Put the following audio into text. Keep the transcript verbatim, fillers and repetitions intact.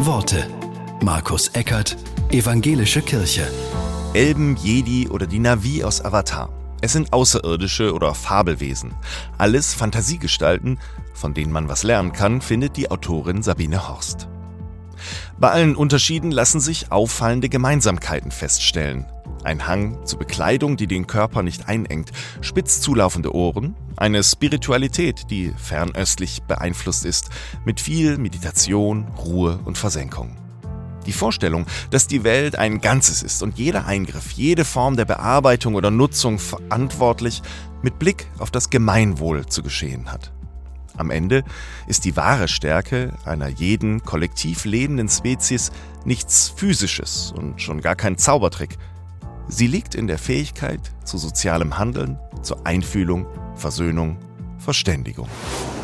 Worte. Markus Eckert, Evangelische Kirche. Elben, Jedi oder die Na'vi aus Avatar. Es sind Außerirdische oder Fabelwesen. Alles Fantasiegestalten, von denen man was lernen kann, findet die Autorin Sabine Horst. Bei allen Unterschieden lassen sich auffallende Gemeinsamkeiten feststellen. Ein Hang zur Bekleidung, die den Körper nicht einengt, spitz zulaufende Ohren, eine Spiritualität, die fernöstlich beeinflusst ist, mit viel Meditation, Ruhe und Versenkung. Die Vorstellung, dass die Welt ein Ganzes ist und jeder Eingriff, jede Form der Bearbeitung oder Nutzung verantwortlich mit Blick auf das Gemeinwohl zu geschehen hat. Am Ende ist die wahre Stärke einer jeden kollektiv lebenden Spezies nichts Physisches und schon gar kein Zaubertrick. Sie liegt in der Fähigkeit zu sozialem Handeln, zur Einfühlung, Versöhnung, Verständigung.